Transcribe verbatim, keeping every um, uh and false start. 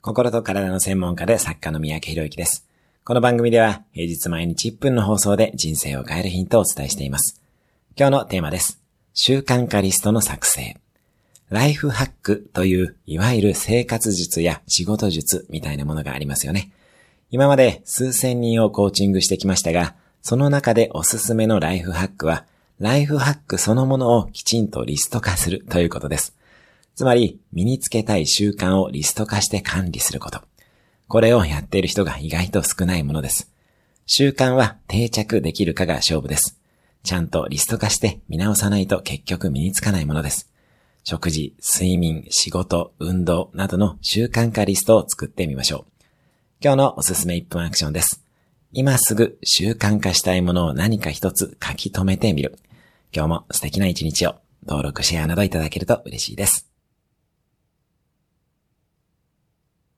心と体の専門家で作家の三宅宏之です。この番組では平日毎日いっぷんの放送で人生を変えるヒントをお伝えしています。今日のテーマです。習慣化リストの作成。ライフハックといういわゆる生活術や仕事術みたいなものがありますよね。今まで数千人をコーチングしてきましたが、その中でおすすめのライフハックは、ライフハックそのものをきちんとリスト化するということです。つまり、身につけたい習慣をリスト化して管理すること。これをやっている人が意外と少ないものです。習慣は定着できるかが勝負です。ちゃんとリスト化して見直さないと結局身につかないものです。食事、睡眠、仕事、運動などの習慣化リストを作ってみましょう。今日のおすすめいっぷんアクションです。今すぐ習慣化したいものを何か一つ書き留めてみる。今日も素敵な一日を。登録、シェアなどいただけると嬉しいです。